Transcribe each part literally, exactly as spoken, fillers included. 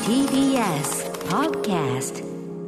ティービーエス Podcast。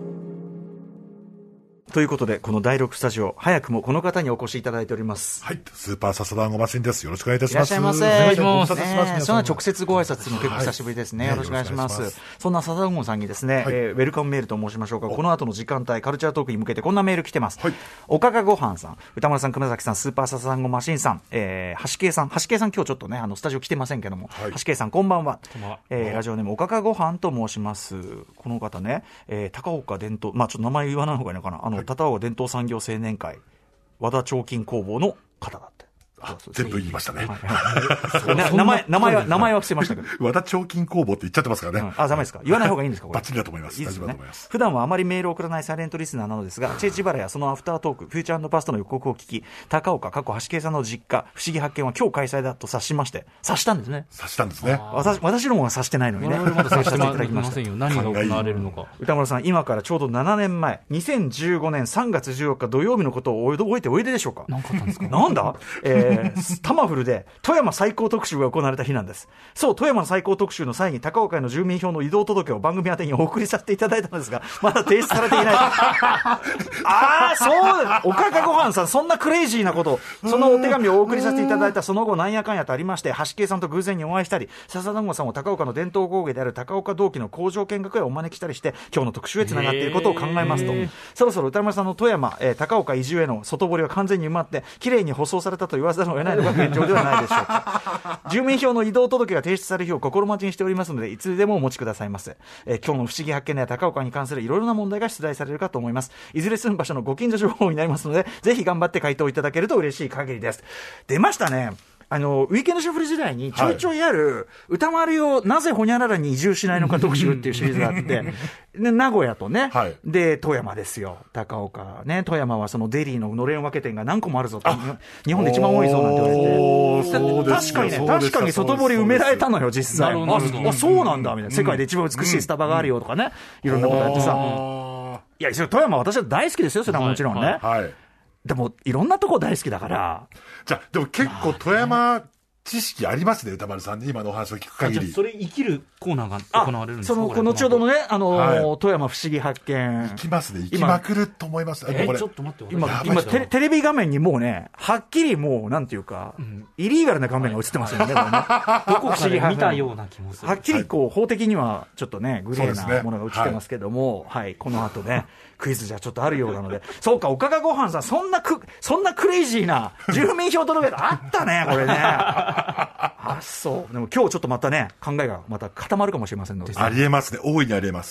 ということで、このだいろくスタジオ、早くもこの方にお越しいただいております。 はい、スーパーササダンゴマシンです。よろしくお願いいたします。 いらっしゃいませ。 お願いします。 ね、そんな直接ご挨拶するの結構久しぶりですね。はい、よろしくお願いします。ますそんなササダンゴさんにですね、はい、えー、ウェルカムメールと申しましょうか。この後の時間帯、カルチャートークに向けてこんなメール来てます。はい、おかかごはんさん、歌丸さん、熊崎さん、スーパーササダンゴマシンさん、えー、はしけいさん、はしけいさん今日ちょっとね、あの、スタジオ来てませんけども、はい、はしけいさんこんばんは。えー、ラジオネームおかかごはんと申します。この方ね、えー、高岡伝統、まあちょっと名前言わない方がいいのかな。あの、はい、高岡伝統産業青年会和田彫金工房の方だって。 あ、全部言いましたね。はいはい、名前、名前は、名前は伏せましたけど。 和田彫金工房って言っちゃってますからね。 うん、あ、ダメですか。言わない方がいいんですか、これ。 バッチリだと思います。 いいですよね。普段はあまりメールを送らないサイレントリスナーなのですが、チェジバラやそのアフタートーク、フューチャー&パストの予告を聞き、高岡、過去橋圭さんの実家、不思議発見は今日開催だと察しまして、察したんですね。 察したんですね。 私、私のも察してないのにね。 まだ察していただきませんよ。何が行われるのか。 歌丸さん、今からちょうどななねんまえ、にせんじゅうごねんさんがつじゅうよっか土曜日のことを覚えておいででしょうか。 何かあったんですか。 なんだえー、タマフルで、富山最高特集が行われた日なんです。そう、富山の最高特集の際に高岡への住民票の移動届を番組宛てにお送りさせていただいたのですが、まだ提出されていない。ああ、そうだ、おかかごはんさん、そんなクレイジーなこと、そのお手紙をお送りさせていただいたその後、なんやかんやとありまして、橋圭さんと偶然にお会いしたり、笹団子さんを高岡の伝統工芸である高岡銅器の工場見学へお招きしたりして、今日の特集へつながっていることを考えますと、そろそろ歌丸さんの富山、えー、高岡移住への外堀は完全に埋まって、綺麗に舗装されたと言わざるを得ないのが現状ではないでしょうか。住民票の移動届が提出される日を心待ちにしておりますので、いつでもお持ちくださいませ。えー、今日の不思議発見や高岡に関するいろいろな問題が出題されるかと思います。いずれ住む場所のご近所情報になりますので、ぜひ頑張って回答いただけると嬉しい限りです。出ましたね。あの、ウィーケンドシャッフル時代にちょいちょいある、歌丸をなぜホニャララに移住しないのか特集っていうシリーズがあって、で名古屋とね、はい、で、富山ですよ。高岡ね、富山はそのデリーののれん分け店が何個もあるぞと、日本で一番多いぞなんて言われて、確かにね、確かに外堀埋められたのよ、実際。あ、あ、そうなんだ、みたいな。世界で一番美しいスタバがあるよとかね、いろんなことやってさ。いや、それ富山私は大好きですよ、それはもちろんね。はいはい、でも、いろんなとこ大好きだから。 じゃあ、でも結構富山知識ありますね、歌丸さんに今のお話を聞く限り。 それ生きるコーナーが行われるんですか。 その、この後ほどのね、あのーはい、富山不思議発見。 行きますね、行きまくると思います。 えー、ちょっと待って、 今、今テレ、テレビ画面にもうね、はっきりもう、なんていうか、うん、イリーガルな画面が映ってますよね、これね。 どこかで見たような気もする。 はっきりこう、法的にはちょっとね、グレーなものが映ってますけども、はい、はい、この後ね、クイズじゃちょっとあるようなので、そうか、おかかごはんさん、そんなく、そんなクレイジーな住民票届けあったね、これね。あ、そう。でも今日ちょっとまたね、考えがまた固まるかもしれませんので。 ありえますね、大いにありえます。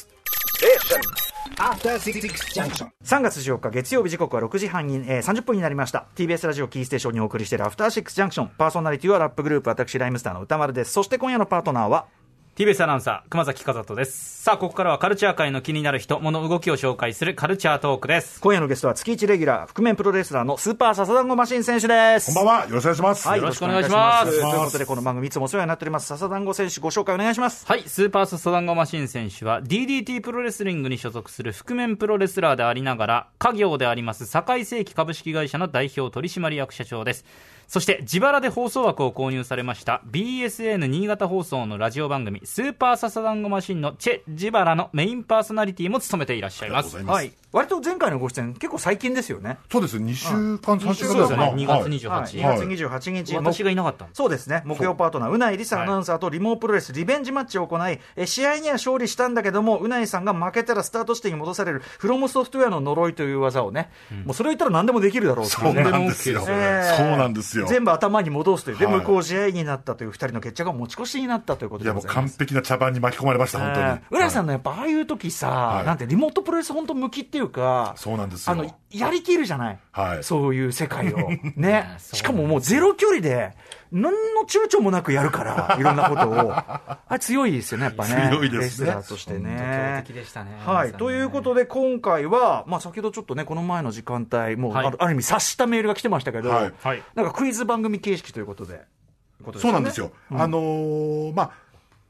さんがつじゅうよっか月曜日、時刻はろくじはんに、えー、さんじゅっぷんになりました。 ティービーエス ラジオキーステーションにお送りしているアフターシックスジャンクション、パーソナリティはラップグループ私ライムスターの歌丸です。そして今夜のパートナーはティービーエス アナウンサー熊崎和人です。さあ、ここからはカルチャー界の気になる人物動きを紹介するカルチャートークです。 今夜のゲストは月いちレギュラー覆面プロレスラーのスーパーササダンゴマシン選手です。 こんばんは、よろしくお願いします。 はい、 よろしくお願いします。 ということでこの番組いつもお世話になっておりますササダンゴ選手、ご紹介お願いします。 はい、スーパーササダンゴマシン選手は ディーディーティー プロレスリングに所属する覆面プロレスラーでありながら、家業であります堺世紀株式会社の代表取締役社長です。そして自腹で放送枠を購入されました ビーエスエヌ 新潟放送のラジオ番組スーパーササダンゴマシンのチェ・ジバラのメインパーソナリティも務めていらっしゃいます。 はい、割と前回のご出演結構最近ですよね。 そうです、にしゅうかんさんしゅうかんですね。にがつにじゅうはちにち、 はい、にがつにじゅうはちにち、 私がいなかった。 そうですね、木曜パートナーうないりさアナウンサーとリモープロレスリベンジマッチを行い、え試合には勝利したんだけども、うないさんが負けたらスタート地点に戻されるフロムソフトウェアの呪いという技をね、うん、もうそれを言ったら何でもできるだろうっていうね。 そうなんですよ、えー、そうなんですよ。 全部頭に戻すという、で向こう試合になったというふたりの決着が持ち越しになったということでございます。 いや、もう完璧な茶番に巻き込まれました、本当に。 うないさんのやっぱああいう時さ、はい、なんてリモートプロレス本当向きっていうか、 そうなんですよ。 あのやりきるじゃない、はい、そういう世界をねしかももうゼロ距離で何の躊躇もなくやるからいろんなことをあれ強いですよね、やっぱね。 強いですね、 レスラーとしてね。 強敵でしたね。 はい、ということで今回は、まあ、先ほどちょっとねこの前の時間帯もう、はい、ある意味察したメールが来てましたけど、はい、なんかクイズ番組形式ということで、 そうなんですよ、うん、あのー、まあ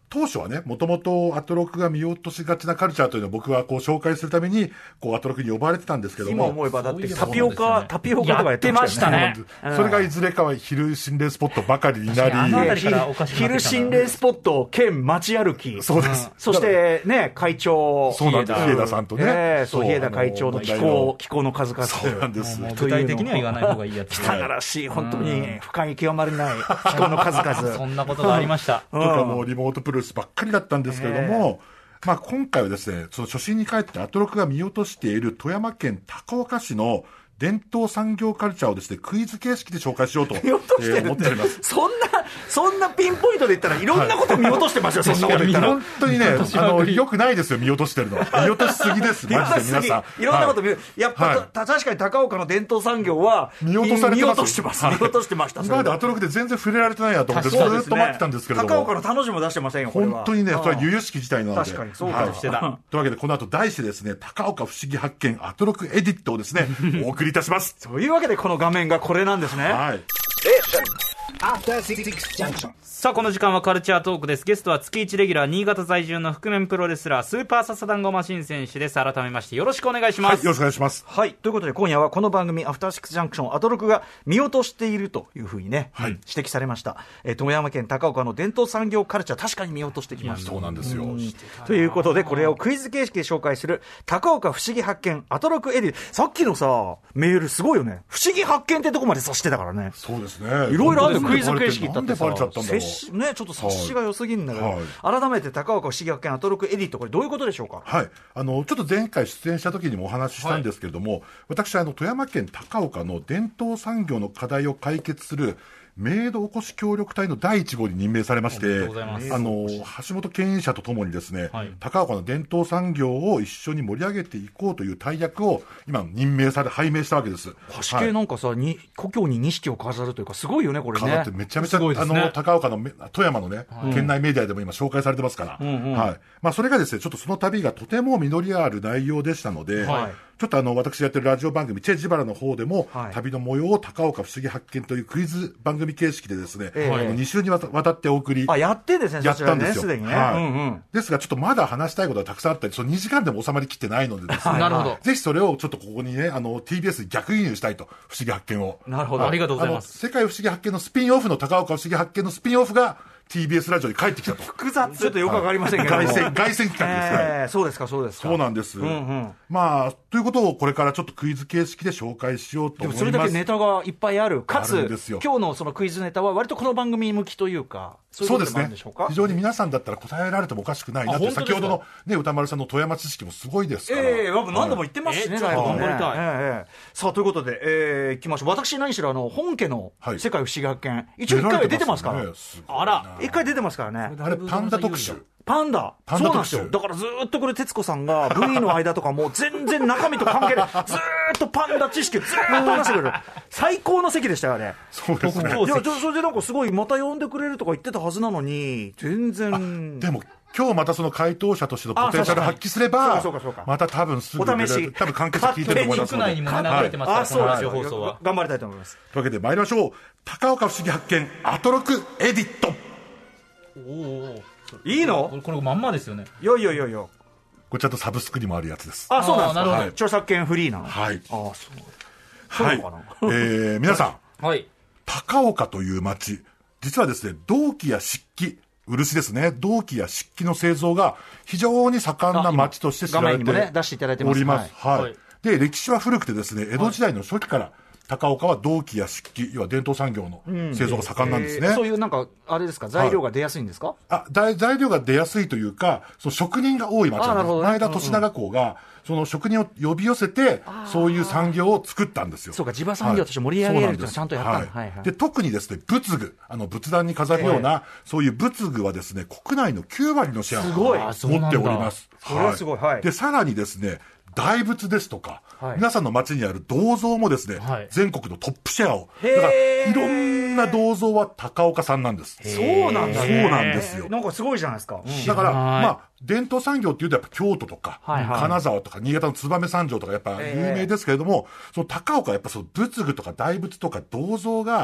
当初はね、もともとアトロクが見落としがちなカルチャーというのを僕はこう紹介するために、こうアトロクに呼ばれてたんですけども。 今思えばだってタピオそういうことですよねカ、タピオカとかやってましたね。 それがいずれかは昼心霊スポットばかりになり、 あの辺りからおかしくなって昼きた心霊スポット兼街歩き。 そうです。 そしてね、会長。 そうなんです。日枝さんとね。 えー、そう、日枝会長の気候、気候の数々。 そうなんです。 具体的には言わない方がいいやつ。 汚らしい、本当に深い極まりない気候の数々。 そんなことがありました。 とかもうリモートプロレスばっかりだったんですけれども、まあ今回はですね、その初心に帰ってアトロクが見落としている富山県高岡市の伝統産業カルチャーをですね、クイズ形式で紹介しようと、 見落としてるって、 えー、思っております。 そんな、そんなピンポイントで言ったらいろんなこと見落としてますよ、はい、そんなこと言ったら。 本当にね、あの、良くないですよ、見落としてるの。見落としすぎです、マジで皆さん。 いろんなこと見、はい、やっぱ、 はい、 た確かに高岡の伝統産業は、 見落とされてます。 見落としてます。見落としてました。 今までアトロクで全然触れられてないなと思って、ずっと待ってたんですけれども。 高岡の楽しも出してませんよ、これは。 本当にね、それは由々しき事態なので。 確かに、そうかもしてた。 というわけで、この後題してですね、高岡不思議発見アトロクエディットをですね、お送りいたします。 そういうというわけでこの画面がこれなんですね。 はい。 さあこの時間はカルチャートークです。ゲストは月いちレギュラー新潟在住の覆面プロレスラースーパーササダンゴマシン選手です。改めましてよろしくお願いします。 はい、よろしくお願いします。 はい、ということで今夜はこの番組アフターシックスジャンクションアトロクが見落としているというふうにね、はい、指摘されました、えー、富山県高岡の伝統産業カルチャー確かに見落としてきました。 そうなんですよ。 ということでこれをクイズ形式で紹介する高岡不思議発見アトロクエディ。さっきのさメールすごいよね。不思議発見ってとこまで察してたからね。 そうですね。 いろいろあるクイズ形式だってさ、 なんでバレちゃったんだろう。 ね、ちょっと察しが良すぎるんだけど、はい、改めて高岡不思議発見アトロクエディット、これどういうことでしょうか。 はい、あのちょっと前回出演した時にもお話ししたんですけれども、はい、私あの富山県高岡の伝統産業の課題を解決するメイドおこし協力隊のだいいち号に任命されまして、あの橋本牽引者とともにですね、はい、高岡の伝統産業を一緒に盛り上げていこうという大役を今任命され拝命したわけです。 橋系なんかさ、はい、に故郷に錦を飾るというかすごいよねこれね。 飾ってめちゃめちゃ、ね、あの高岡の富山のね、はい、県内メディアでも今紹介されてますから、うんうん、はい、まあ、それがですねちょっとその旅がとても実りある内容でしたので、はい、ちょっとあの私がやってるラジオ番組チェ・ジバラの方でも、はい、旅の模様を高岡不思議発見というクイズ番組形式でですね、えー、に週にわたってお送り、 あ、やってんですね。 やったんですよ。 すでにね、 はい、 うんうん、 ですがちょっとまだ話したいことがたくさんあったり、そのにじかんでも収まりきってないのでですね、 なるほど、 ぜひそれをちょっとここにね、あの ティービーエス に逆輸入したいと、不思議発見を。 なるほど、 ありがとうございます。 世界不思議発見のスピンオフの高岡不思議発見のスピンオフがティービーエス ラジオに帰ってきたと。 複雑、ちょっとよくわかりませんけど、 はい、凱旋凱旋企画です、 えーはい、そうですかそうですか。 そうなんです、うんうん、まあということをこれからちょっとクイズ形式で紹介しようと思います。 でもそれだけネタがいっぱいある、かつ今日のそのクイズネタは割とこの番組向きというか、そういうこともあるんでしょうか。 そうですね、非常に皆さんだったら答えられてもおかしくないなって、先ほどの、ね、歌丸さんの富山知識もすごいですから、 ええー、何度も言ってますしね、 はい、頑張りたい、 えー、さあということで、えー、いきましょう。私何しろあの本家の世界不思議発見、はい、一応いっかいは出てますから、ね、あらいっかい出てますからね。 あれパンダ特集、 パンダ、 パンダ特集。 そうなんですよ。だからずーっとこれ徹子さんが V の間とかもう全然中身と関係ないずーっとパンダ知識をずーっと話してくれる最高の席でしたよね。 そうですね。 いや、それでなんかすごいまた呼んでくれるとか言ってたはずなのに全然。 でも今日またその回答者としてのポテンシャル発揮すれば、また多分すぐお試し、 多分関係者聞いてると思いますので、 にも流れてますから、この放送は頑張りたいと思います。 というわけで参りましょう。高岡不思議発見アトロクエディット。 おお、 いいの？ これまんまですよね。 いやいやいやいや、 これちゃんとサブスクにもあるやつです。 あ、そうなんですか。 なるほど、 はい、著作権フリーなの。 はい。 あ、そう。 はい。えー、皆さん、はい、 高岡という町、実はですね、銅器や漆器、漆ですね、銅器や漆器の製造が非常に盛んな町として知られております。 画面にもね、出していただいてます。 はい。はい、で、歴史は古くてですね、江戸時代の初期から、はい、高岡は銅器や漆器、要は伝統産業の製造が盛んなんですね。 うんえー、そういうなんかあれですか、材料が出やすいんですか？ はい、あ、材料が出やすいというか、その職人が多い町なんです。前田利長公がその職人を呼び寄せて、そういう産業を作ったんですよ。 そうか、地場産業として盛り上げるっていうのはちゃんとやったんだ。 はいはいはい、で特にですね、仏具、あの仏壇に飾るような、えー、そういう仏具はですね、国内のきゅうわりのシェアを持っております。 それはすごい。はい。 でさらにですね、大仏ですとか、はい、皆さんの町にある銅像もですね、はい、全国のトップシェアを、だからいろんな銅像は高岡さんなんです。 そうなんだ、 そうなんですよ。 なんかすごいじゃないですか。 うん、だからまあ伝統産業っていうとやっぱ京都とか、はいはい、金沢とか新潟の燕三条とかやっぱ有名ですけれども、その高岡はやっぱその仏具とか大仏とか銅像が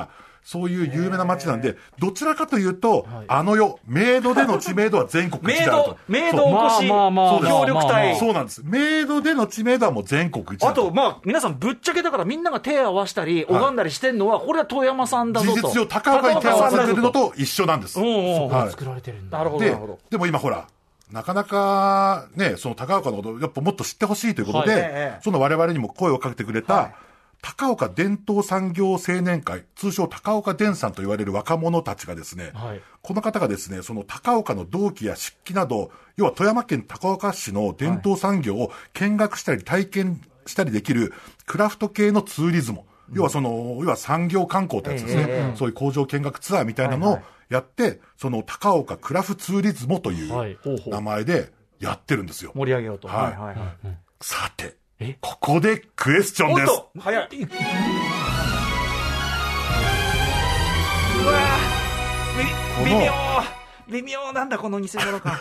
そういう有名な街なんで、どちらかというと、はい、あの世、メイドでの知名度は全国一であると。 メイドおこし協力隊。 そうなんです。メイドでの知名度はもう全国一だと。 あと、まあ、皆さんぶっちゃけだからみんなが手を合わしたり、拝んだりしてんのは、これは遠山さんだぞと。 事実上、高岡に手を合わせてるのと一緒なんです。 おうおう、はい、作られてるんだ。 なるほど、なるほど。 でも今ほら、なかなかね、その高岡のことをやっぱもっと知ってほしいということで、はい、その我々にも声をかけてくれた、はい、高岡伝統産業青年会、通称高岡伝さんと言われる若者たちがですね、はい、この方がですね、その高岡の銅器や漆器など、要は富山県高岡市の伝統産業を見学したり体験したりできるクラフト系のツーリズム、要はその、要は産業観光ってやつですね、えー、そういう工場見学ツアーみたいなのをやって、はいはい、その高岡クラフツーリズムという名前でやってるんですよ。 盛り上げようと。 はいはいはいはい、さて、ここでクエスチョンです。 おっと早い。うわ微妙微妙なんだこの偽物感。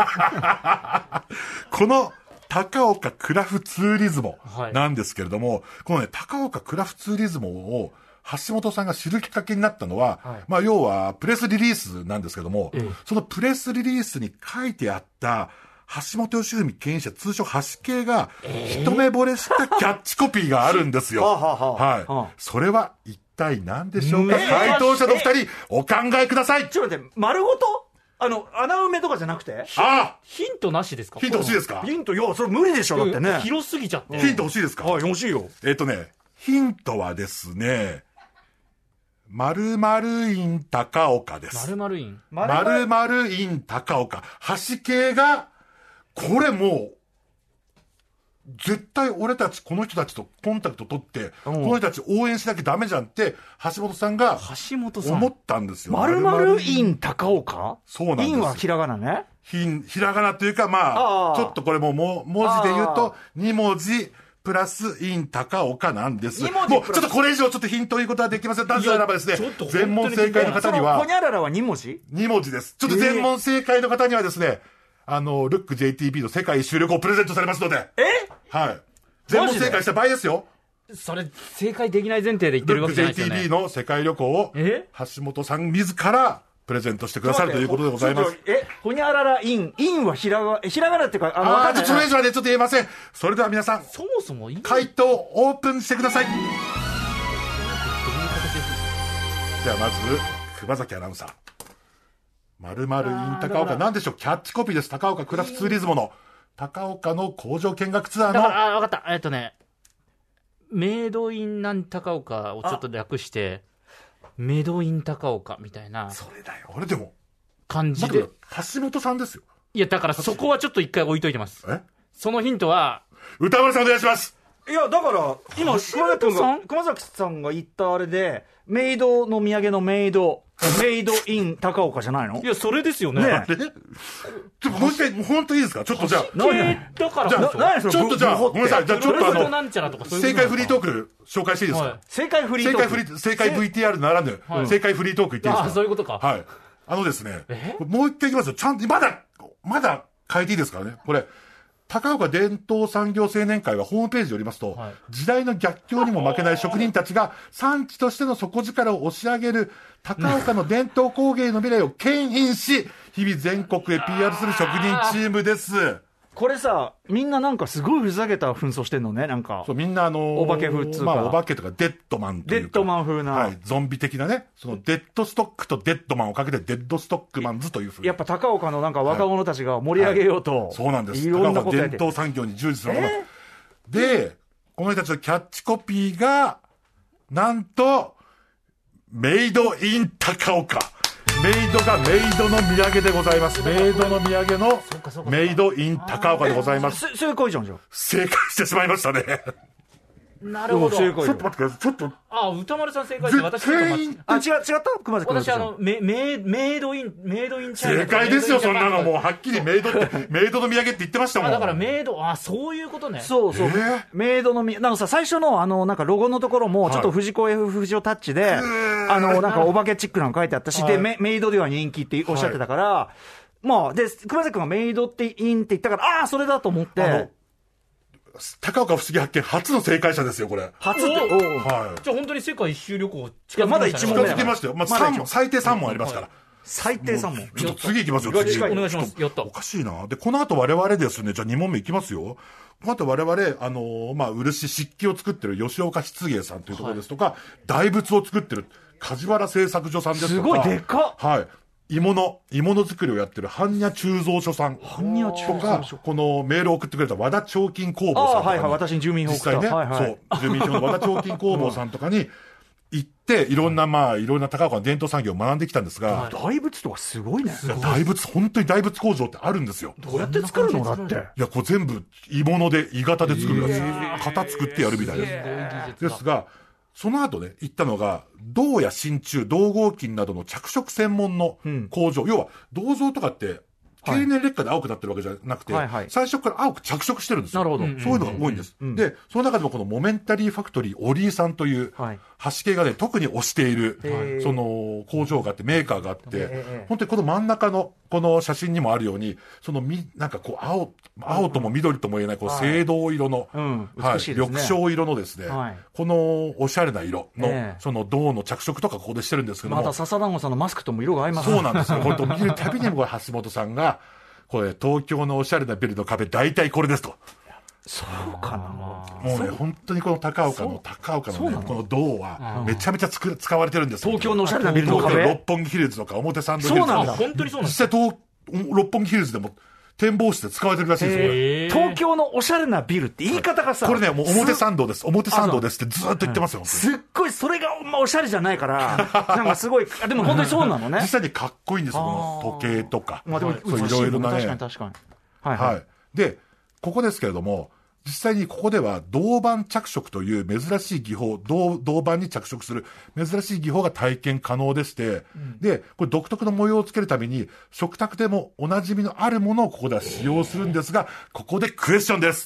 この高岡クラフツーリズムなんですけれども、はい、このね高岡クラフツーリズムを橋本さんが知るきっかけになったのは、はい、まあ要はプレスリリースなんですけども、ええ、そのプレスリリースに書いてあった橋本良文経営者、通称橋系が一目惚れしたキャッチコピーがあるんですよ。はい。それは一体何でしょうか。回答者の二人、お考えください。 ちょっと待って、丸ごとあの、穴埋めとかじゃなくてあヒントなしですか？ ヒント欲しいですか？ ヒント、いや、それ無理でしょ、だってね。 広すぎちゃって。 ヒント欲しいですか？ はい、欲しいよ。 えっとね、ヒントはですね、〇〇イン高岡です。 〇〇イン 〇〇イン高岡。橋系が、これもう、絶対俺たちこの人たちとコンタクト取って、この人たち応援しなきゃダメじゃんって橋本さんが思ったんですよ。 〇〇イン高岡？ そうなんです。 インはひらがなね。 ひん、ひらがなというかまあ、あちょっとこれもも文字で言うとに文字プラスイン高岡なんです。もうちょっとこれ以上ちょっとヒントを言うことはできません。なぜならばですね、全問正解の方には、 ホニャララはに文字？ に文字です。ちょっと全問正解の方にはですね、あの、ルック ジェイティービー の世界一周旅行をプレゼントされますので。 えはい。全問正解した場合ですよ。 それ、正解できない前提で言ってるわけじゃないですよね。 ルック ジェイティービー の世界旅行を、橋本さん自らプレゼントしてくださるということでございます。 え、ほにゃららイン、インはひらが、ひらがなっていうか、 あの、あとそれ以上はね、ちょっと言えません。それでは皆さん、 そもそもいい回答オープンしてください。ではまず、熊崎アナウンサー。〇〇イン高岡、なんでしょう、キャッチコピーです。高岡クラフツーリズムの、高岡の工場見学ツアーの。 だから、あ、わかった。えっとね、メイドインなん高岡をちょっと略して、メイドイン高岡みたいな。 それだよ。俺でも。 感じで。 橋本さんですよ。 いや、だからそこはちょっと一回置いといてます。 えそのヒントは、 歌丸さんお願いします。 いや、だから、今、熊崎君が、熊崎さんが言ったあれで、メイドの土産のメイド、メイドイン高岡じゃないの？ いや、それですよね。 ねえ。ちょっともう一回、本当いいですか？ちょっとじゃあ。 何だから、 じゃあ、ちょっとじゃあ、ごめんなさい。じゃあちょっとあの、正解フリートーク紹介していいですか？ 正解フリートーク。 正解フリー、正解 ブイティーアール ならぬ、正解フリートーク言っていいですか？ あ、そういうことか。 はい。あのですね、もう一回いきますよ。ちゃんと、まだ、まだ変えていいですからね。これ。高岡伝統産業青年会はホームページによりますと、はい、時代の逆境にも負けない職人たちが産地としての底力を押し上げる高岡の伝統工芸の未来を牽引し、日々全国へ ピーアール する職人チームです。 これさ、みんななんかすごいふざけた紛争してんのね、なんか。 そう、みんなあのー、 お化け風通まあ、お化けとかデッドマンというか。 デッドマン風な。 はい、ゾンビ的なね、そのデッドストックとデッドマンをかけてデッドストックマンズというふうに。 やっぱ高岡のなんか若者たちが盛り上げようと。はいはい、 そうなんです。いろんなことやって高岡伝統産業に従事するもの。えー、で、この人たちのキャッチコピーが、なんと、メイドイン高岡。メイドがメイドの土産でございます。メイドの土産のメイドイン高岡でございます。 正解じゃんじゃん。 正解してしまいましたね。 なるほど。 ちょっと待ってください。ちょっと。 あ、歌丸さん正解して私全員。あ、違う、違った熊崎君。 私、あの、メ、メ、メイドイン、メイドインチャイナ。 正解ですよ、そんなの。もう、はっきりメイドって、メイドの土産って言ってましたもん。 だからメイド、あ、そういうことね。 そうそう。えー、メイドのみ、なんかさ、最初の、あの、なんかロゴのところも、ちょっと藤子 F 不二雄タッチで、はい、あの、なんかお化けチックなの書いてあったし、はい、でメ、メイドでは人気っておっしゃってたから、はい、まあ、で、熊崎君がメイドってインって言ったから、ああ、それだと思って、 高岡不思議発見初の正解者ですよ、これ。 初って、 おおうはい。 じゃあ本当に世界一周旅行いやまだ一問目近づきましたよ。まあ、 まだ一問さん問、最低さん問ありますから。 最低さん問。 ちょっと次行きますよ、次。 意外近いお願いします。やったお。かしいな。で、この後我々ですね、じゃあに問目いきますよ。この後我々、あのーまあ、漆漆器を作ってる吉岡漆芸さんというところですとか、大仏を作ってる梶原製作所さんですとか。 すごいでかっ。 はい。鋳物、鋳物作りをやってる般若鋳造所さん。 般若鋳とか造所、 このメールを送ってくれた和田彫金工房ああ、 さんとかに。 はいはい。私に住民票実際ね、 はいはい、 そう、住民票の和田彫金工房さんとかに行って、いろんな、まあ、いろんな高岡の伝統産業を学んできたんですが、 大仏とかすごいね。 いや大仏、本当に大仏工場ってあるんですよ。 どうやって作るのだって。 いや、これ全部、鋳物で、鋳型で作るやつ。型作ってやるみたいです。ですが、その後ね、行ったのが、銅や真鍮、銅合金などの着色専門の工場。要は、銅像とかって、経年劣化で青くなってるわけじゃなくて、 はいはい最初から青く着色してるんですよ。 なるほど。 そういうのが多いんです。で、その中でもこのモメンタリーファクトリーオリーさんという、 はい橋系がね、特に推している、 へーその工場があって、メーカーがあって、 ええ本当にこの真ん中の、この写真にもあるように、そのみ、なんかこう、青、青とも緑とも言えない、こう、 はい青銅色の、 うんはい、 美しいですね緑青色のですね、 はいこのおしゃれな色の、 ええその銅の着色とかここでしてるんですけども、 また笹団子さんのマスクとも色が合いますね。 そうなんですよ。これ見るたびにこれ橋本さんが、これ東京のおしゃれなビルの壁、大体これですと。 そうかな。 もうね、本当にこの高岡の、高岡のね、この銅は、めちゃめちゃつく使われてるんですよ。 東京のおしゃれなビルの壁。 東京六本木ヒルズとか表参道ヒルズとか。 そうなんだ。 本当にそうなんです実際東、六本木ヒルズでも展望室で使われてるらしいですよ、これ。 へー東京のおしゃれなビルって言い方がさ、 これね、もう表参道です。表参道ですってずーっと言ってますよ、本当にすっごいそれが、まあ、おしゃれじゃないから、なんかすごい、あでも本当にそうなのね。 実際にかっこいいんですよ、この時計とか。 まあでも、 そういろいろなね。 確かに確かに。はいはい。 はい。で、ここですけれども、実際にここでは銅板着色という珍しい技法、銅、銅板に着色する珍しい技法が体験可能でして、うん、で、これ独特の模様をつけるために、食卓でもおなじみのあるものをここでは使用するんですが、ここでクエスチョンです。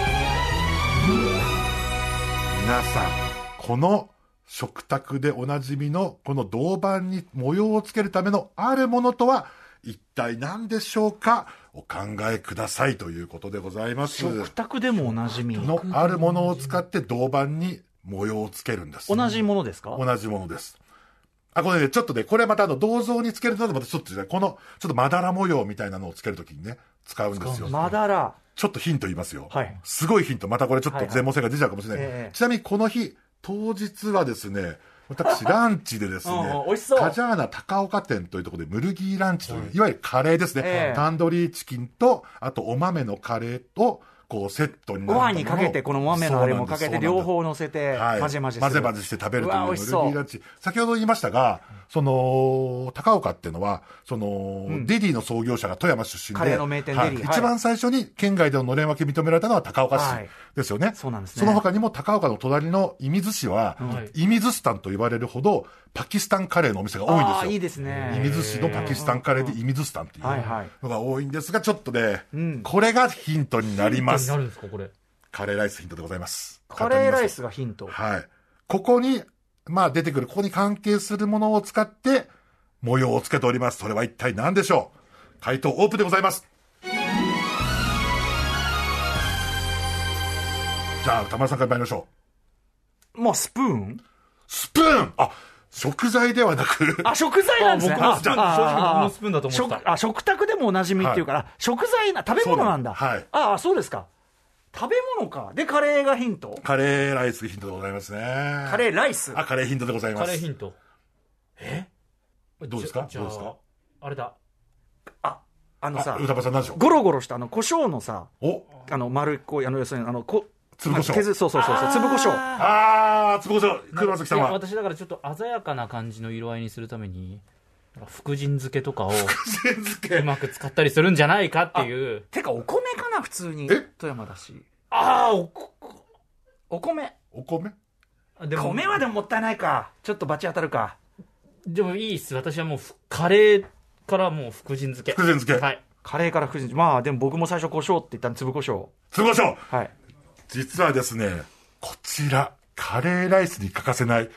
皆さん、この食卓でおなじみのこの銅板に模様をつけるためのあるものとは一体何でしょうか？お考えくださいということでございます。 食卓でもおなじみのあるものを使って銅板に模様をつけるんです。 同じものですか？ 同じものです。あ、これね、ちょっとね、これまたあの銅像につけるとまたちょっとね、このちょっとまだら模様みたいなのをつけるときにね、使うんですよ。 まだら。 ちょっとヒント言いますよ。 はい。 すごいヒント。またこれちょっと全問正解出ちゃうかもしれない。はいはい、ちなみにこの日、当日はですね、私、ランチでですね、 美味しそう。 カジャーナ高岡店というところで、ムルギーランチという、はい、いわゆるカレーですね、えー。タンドリーチキンと、あとお豆のカレーと、こうセットになるご飯にかけて、この豆のあれもかけて、両方乗せて、はい、混ぜ混ぜする。 混ぜ混ぜして食べるというムルギーランチ。先ほど言いましたが、その、高岡っていうのは、その、うん、ディディの創業者が富山出身で、 カレーの名店ディディ、 はい。一番最初に県外でののれん分け認められたのは高岡市ですよね。はい、 そうなんですね。 その他にも高岡の隣の射水市は、はい、射水スタンと言われるほど、パキスタンカレーのお店が多いんですよ。 あ、いいですね。 射水市のパキスタンカレーで射水スタンっていうのが多いんですが、ちょっとね、うん、これがヒントになります。 ヒントになるんですか、これ。 カレーライスヒントでございます。 カレーライスがヒント。 はい。ここに、まあ出てくる、ここに関係するものを使って、模様をつけております。それは一体何でしょう？回答オープンでございます。じゃあ、田村さんから参りましょう。まあ、スプーンスプーンあ、食材ではなく。 あ、食材なんですね。 僕もスプーン、正直僕もスプーンだと思った。 あ、食卓でもおなじみっていうから、はい、食材な、食べ物なんだ。 はい。 ああ、そうですか。食べ物か。で、カレーがヒント？ カレーライスヒントでございますね。 カレーライスあ、カレーヒントでございます。 カレーヒント。 えどうですか？どうですか？ あれだ。 あ、あのさ、 歌丸さん何でしょう？ ゴロゴロしたあの、胡椒のさ、 おあの、丸っこい、あの、要するに、あの、こ、 粒胡椒。 削そうそうそうそう、粒胡椒。 あー、粒胡椒。車崎さんは。 私だからちょっと鮮やかな感じの色合いにするために、福神漬けとかを福神漬けうまく使ったりするんじゃないかっていう。 てか、お米かな、普通に。 え富山だし。 あー、おこ、 お米。 お米でも米はでももったいないか。ちょっとバチ当たるか。 でもいいっす。私はもうカレーからもう福神漬け。 福神漬け。 はい。 カレーから福神漬け。まあでも僕も最初胡椒って言ったんで粒胡椒。 粒胡椒。 はい。 実はですね、こちら、カレーライスに欠かせない、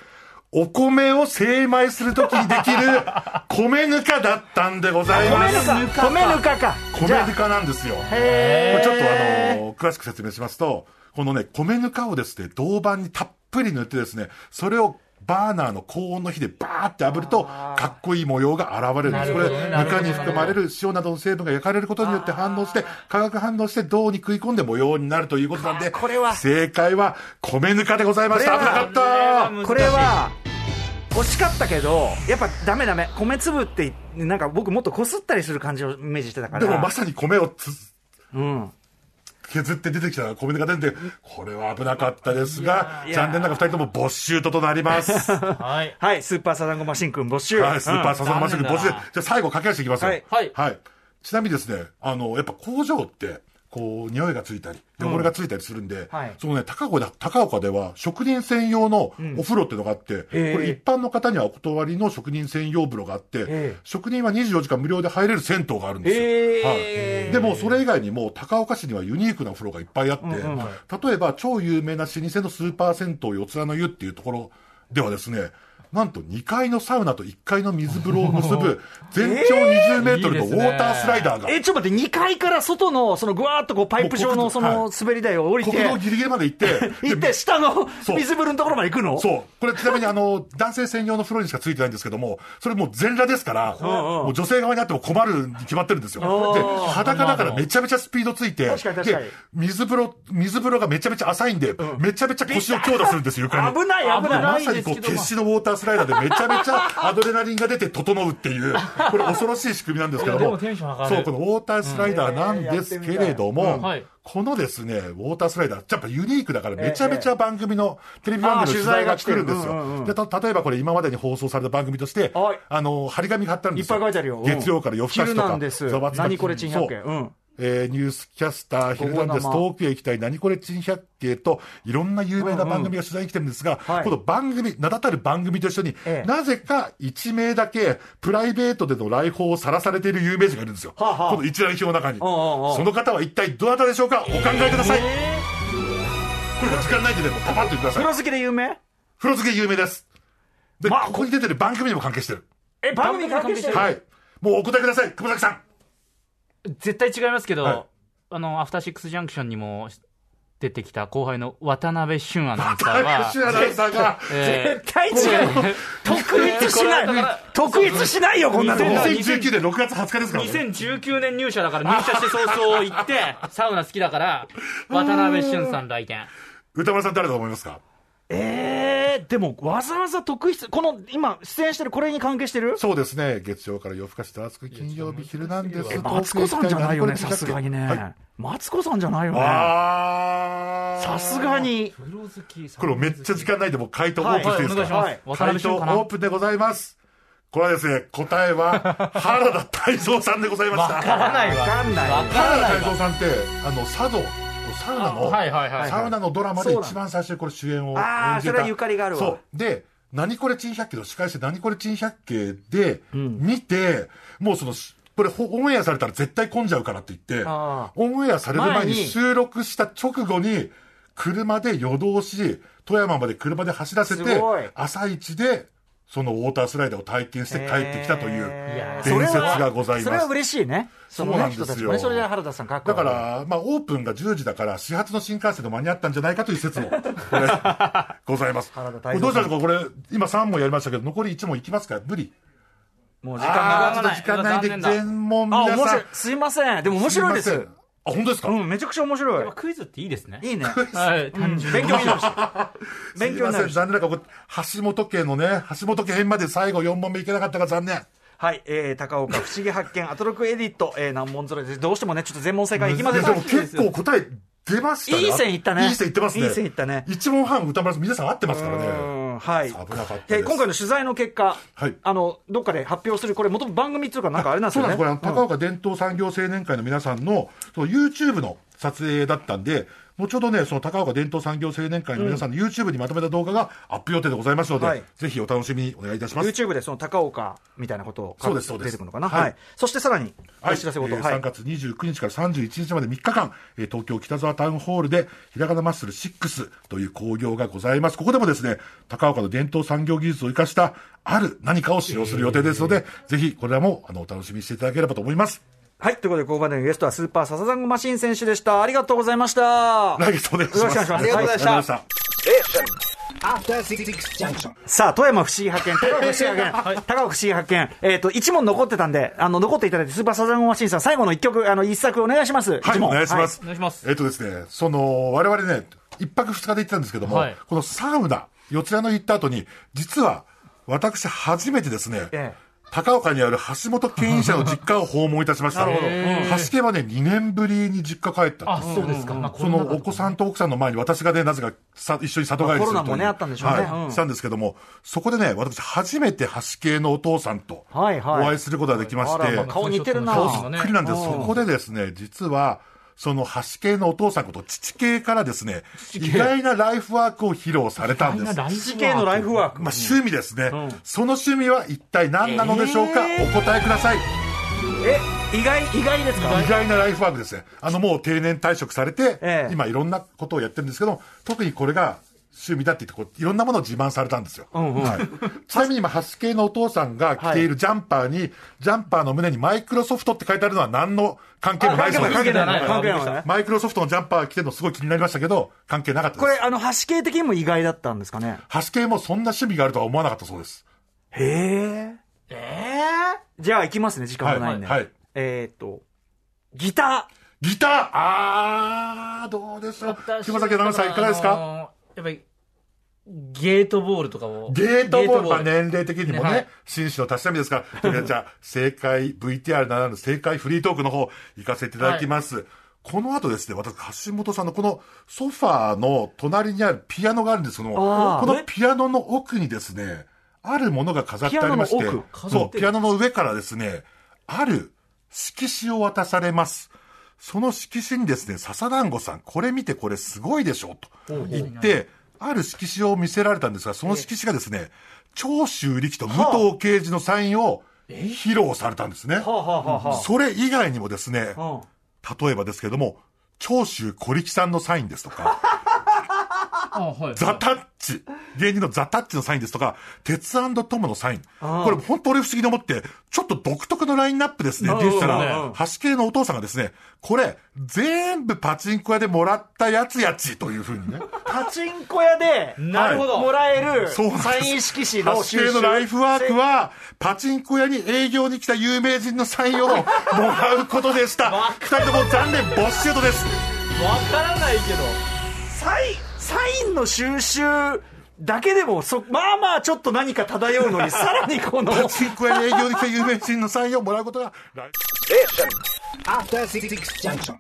お米を精米するときにできる米ぬかだったんでございます。 米ぬか、米ぬかか。 米ぬかなんですよ。 へー。 これちょっとあの、詳しく説明しますと、このね、米ぬかをですね、銅板にたっぷり塗ってですね、それをバーナーの高温の火でバーって炙ると、かっこいい模様が現れるんです。これ、ぬかに含まれる塩などの成分が焼かれることによって反応して、化学反応して銅に食い込んで模様になるということなんで、 これは正解は米ぬかでございました。危なかった。 これは、惜しかったけど、やっぱダメダメ。米粒って、なんか僕もっとこすったりする感じをイメージしてたから。 でもまさに米をつ、 うん。 削って出てきた米ぬか出て、これは危なかったですが、残念ながらふたりとも没収ととなります。 はい。はい、スーパーサザンゴマシンくん没収。 はい、スーパーサザンゴマシンくん没収。じゃあ最後駆け足していきますよ。 はい。 はい。ちなみにですね、あの、やっぱ工場って、こう、匂いがついたり、汚れがついたりするんで、うんはい、そのね、高岡で、高岡では、職人専用のお風呂っていうのがあって、うん、これ一般の方にはお断りの職人専用風呂があって、えー、職人はにじゅうよじかん無料で入れる銭湯があるんですよ。えー、はい。でも、それ以外にも、高岡市にはユニークなお風呂がいっぱいあって、うんうん、例えば、超有名な老舗のスーパー銭湯、四つ葉の湯っていうところではですね、なんとにかいのサウナといっかいの水風呂を結ぶ全長にじゅうメートルのウォータースライダーが。 えー、えー、ちょっと待って、にかいから外の、そのぐわーっとこうパイプ状のその滑り台を降りて。 国道ギリギリまで行って。 行って、下の水風呂のところまで行くの？ そう。これちなみにあの、男性専用の風呂にしかついてないんですけども、それもう全裸ですから、もう女性側にあっても困るに決まってるんですよ。で、裸だからめちゃめちゃスピードついて、 確かに確かに。 で、水風呂、水風呂がめちゃめちゃ浅いんで、うん、めちゃめちゃ腰を強打するんですよ、床に。 危ない危ない。 まさにこう、決死のウォータースライダーでめちゃめちゃアドレナリンが出て整うっていう、これ恐ろしい仕組みなんですけども、そう、このウォータースライダーなんですけれども、このですね、ウォータースライダー、やっぱユニークだからめちゃめちゃ番組の、テレビ番組の取材が来てるんですよ。で、例えばこれ今までに放送された番組として、あの、張り紙貼ってあるんですよ。 いっぱい書いてあるよ。 月曜から夜更かしとか、 ザワツナ何これ珍百景。 えー、ニュースキャスター、ヒルナンデス、遠くへ行きたい、何これ珍百景と、いろんな有名な番組が取材に来てるんですが、うんうん、この番組、名だたる番組と一緒に、ええ、なぜかいち名だけ、プライベートでの来訪をさらされている有名人がいるんですよ。はあはあ、この一覧表の中に。おうおうその方は一体どなたでしょうか？お考えください。えー、これも時間ないんでね、もうパパッと言ってください。 風呂好きで有名？ 風呂好きで有名です。で、まあ、ここに出てる番組にも関係してる。 え、番組に関係してる？ はい。もうお答えください、熊崎さん。 絶対違いますけど、 はいあのアフターシックスジャンクションにも出てきた後輩の渡辺俊アナウンサーが渡辺俊アナウンサーが、 えー、絶対違う特筆しない特筆しないよこんなとこにせんじゅうきゅうねんろくがつはつかですからね。 にせんじゅうきゅうねん入社だから入社して早々行ってサウナ好きだから渡辺俊さん来店。 歌丸さん誰だと思いますか？ えー、でもわざわざ特筆、この今出演してるこれに関係してる？ そうですね、月曜から夜更かしと熱く金曜日昼なんです。 マツコさんじゃないよね、さすがにね、はい、マツコさんじゃないよね、さすがに。 これめっちゃ時間ないでもう回答オープンしていいですか？ はい、 回答オープンでございます。これはですね、答えは原田泰造さんでございました。 わからないわ。 かんない。 原田泰造さんってあの茶道サウナの、はいはいはいはい、サウナのドラマで一番最初にこれ主演を演じた。 ああ、それはゆかりがあるわ。 そうで、何これ珍百景の司会して何これ珍百景で見て、うん、もうそのこれオンエアされたら絶対混んじゃうからって言って、オンエアされる前に収録した直後に車で夜通し富山まで車で走らせて朝一でそのウォータースライダーを体験して帰ってきたという伝説がございます。 それは嬉しいね。 そうなんですよ。 それで原田さんかっこいい。 だから、まあ、オープンがじゅうじだから、始発の新幹線で間に合ったんじゃないかという説も、これ、ございます。これどうしたんですかこれ、今さん問やりましたけど、残りいち問いきますか無理。 もう時間がない。時間ないんで、全問皆さん。 すいません。でも面白いです。 あ、本当ですか？ うん、めちゃくちゃ面白い。 クイズっていいですね。 いいね。 はい。 勉強になるし。 勉強になるし。残念ながら、橋本家のね、橋本家編まで最後よん問目いけなかったから残念。 はい、えー、高岡不思議発見アトロクエディット、えー、難問ぞろいでどうしてもねちょっと全問正解いきません。 でも結構答え出ましたね。 いい線いったね。 いい線いってますね。 いい線いったね。 一問半歌丸さん皆さん合ってますからね。 はい。 危なかったです。 えー、今回の取材の結果、 はい、 あのどっかで発表するこれ元々番組っていうかなんかあれなんですよね。 そうなんです。これ、うん、高岡伝統産業青年会の皆さんのその YouTube の撮影だったんで。 後ほどね、その高岡伝統産業青年会の皆さんの YouTube にまとめた動画がアップ予定でございますので、 はい、 ぜひお楽しみにお願いいたします。 YouTube でその高岡みたいなことをそうですそうです出てくるのかな。 はいはい、そしてさらにお知らせごと、 はい、 はい、 さんがつにじゅうくにちからさんじゅういちにちまでみっかかん、えー、東京北沢タウンホールでひらがなマッスルシックスという興行がございます。ここでもですね、高岡の伝統産業技術を生かしたある何かを使用する予定ですので、えー、ぜひこれらもあのお楽しみにしていただければと思います。 はい。ということで、ここまでのゲストはスーパーササザンゴマシン選手でした。ありがとうございました。 来月お願いします。 よろしくお願いします。ありがとうございました。さあ、富山不思議発見、高岡不思議発見、はい、高岡不思議発見、えっ、ー、と、一問残ってたんで、あの、残っていただいて、スーパーサザンゴマシンさん、最後の一曲、あの、一作お願いします。 はい、お願いします。 はい、お願いします。 えっ、ー、とですね、その、我々ね、一泊二日で行ったんですけども、はい、このサウナ、四谷の行った後に、実は、私初めてですね、ええ、高岡にある橋本健一社の実家を訪問いたしました。なるほど。橋家はね、にねんぶりに実家帰ったんです。 あ、そうですか。まあ、 そのお子さんと奥さんの前に私がね、なぜかさ一緒に里帰りするという。 コロナもね、あったんでしょうね。 はい、うん、したんですけども、そこでね、私初めて橋家のお父さんとお会いすることができまして。はいはい、 顔似てるな。 そっくりなんです。そこでですね、実は、その橋系のお父さんこと父系からですね、意外なライフワークを披露されたんです。 父系のライフワーク、 まあ、趣味ですね、うん、その趣味は一体何なのでしょうか、えー、お答えください。 え、意外、意外ですか？ 意外なライフワークですね。あの、もう定年退職されて、えー、今いろんなことをやってるんですけど、特にこれが趣味だって言ってこういろんなものを自慢されたんですよ、うんうん、はい、ちなみに今橋系のお父さんが着ているジャンパーに、はい、ジャンパーの胸にマイクロソフトって書いてあるのは何の関係もないそうです。 関係ない関係ない。 マイクロソフトのジャンパー着てるのすごい気になりましたけど関係なかったです。 これあの橋系的にも意外だったんですかね。 橋系もそんな趣味があるとは思わなかったそうです。 へええー、じゃあ行きますね、時間がないんで、はいはい、えー、っとギターギターあーどうでしょう、柴崎アナウンサーいかがですか。あのー、 やっぱりゲートボールとかを。 ゲートボール、まあ、年齢的にもね、はい、紳士のたしなみですから。じゃあ、正解、ブイティーアール ならぬ正解フリートークの方、行かせていただきます。はい、この後ですね、私、橋本さんのこのソファーの隣にあるピアノがあるんですけども、このピアノの奥にですね、あるものが飾ってありまして、そう、ピアノの上からですね、ある色紙を渡されます。その色紙にですね、笹団子さん、これ見てこれすごいでしょ、と言って、ある色紙を見せられたんですが、その色紙がですね、長州力と武藤敬司のサインを披露されたんですね。それ以外にもですね、例えばですけども、長州小力さんのサインですとか、ザ・タッチ、芸人のザ・タッチのサインですとか、鉄&トムのサイン。これ本当俺不思議に思って、ちょっと独特のラインナップですねって言ったら、橋系のお父さんがですね、これ、全部パチンコ屋でもらったやつやちというふうにね。 パチンコ屋で、なるほど、もらえる、サイン色紙の収集。橋系のライフワークは、パチンコ屋に営業に来た有名人のサインをもらうことでした。二人とも残念、ボッシュートです。 わからないけど。 サイン、サインの収集だけでもそまあまあちょっと何か漂うのにさらにこのパチンコ屋に営業に来た有名人のサインをもらうことが。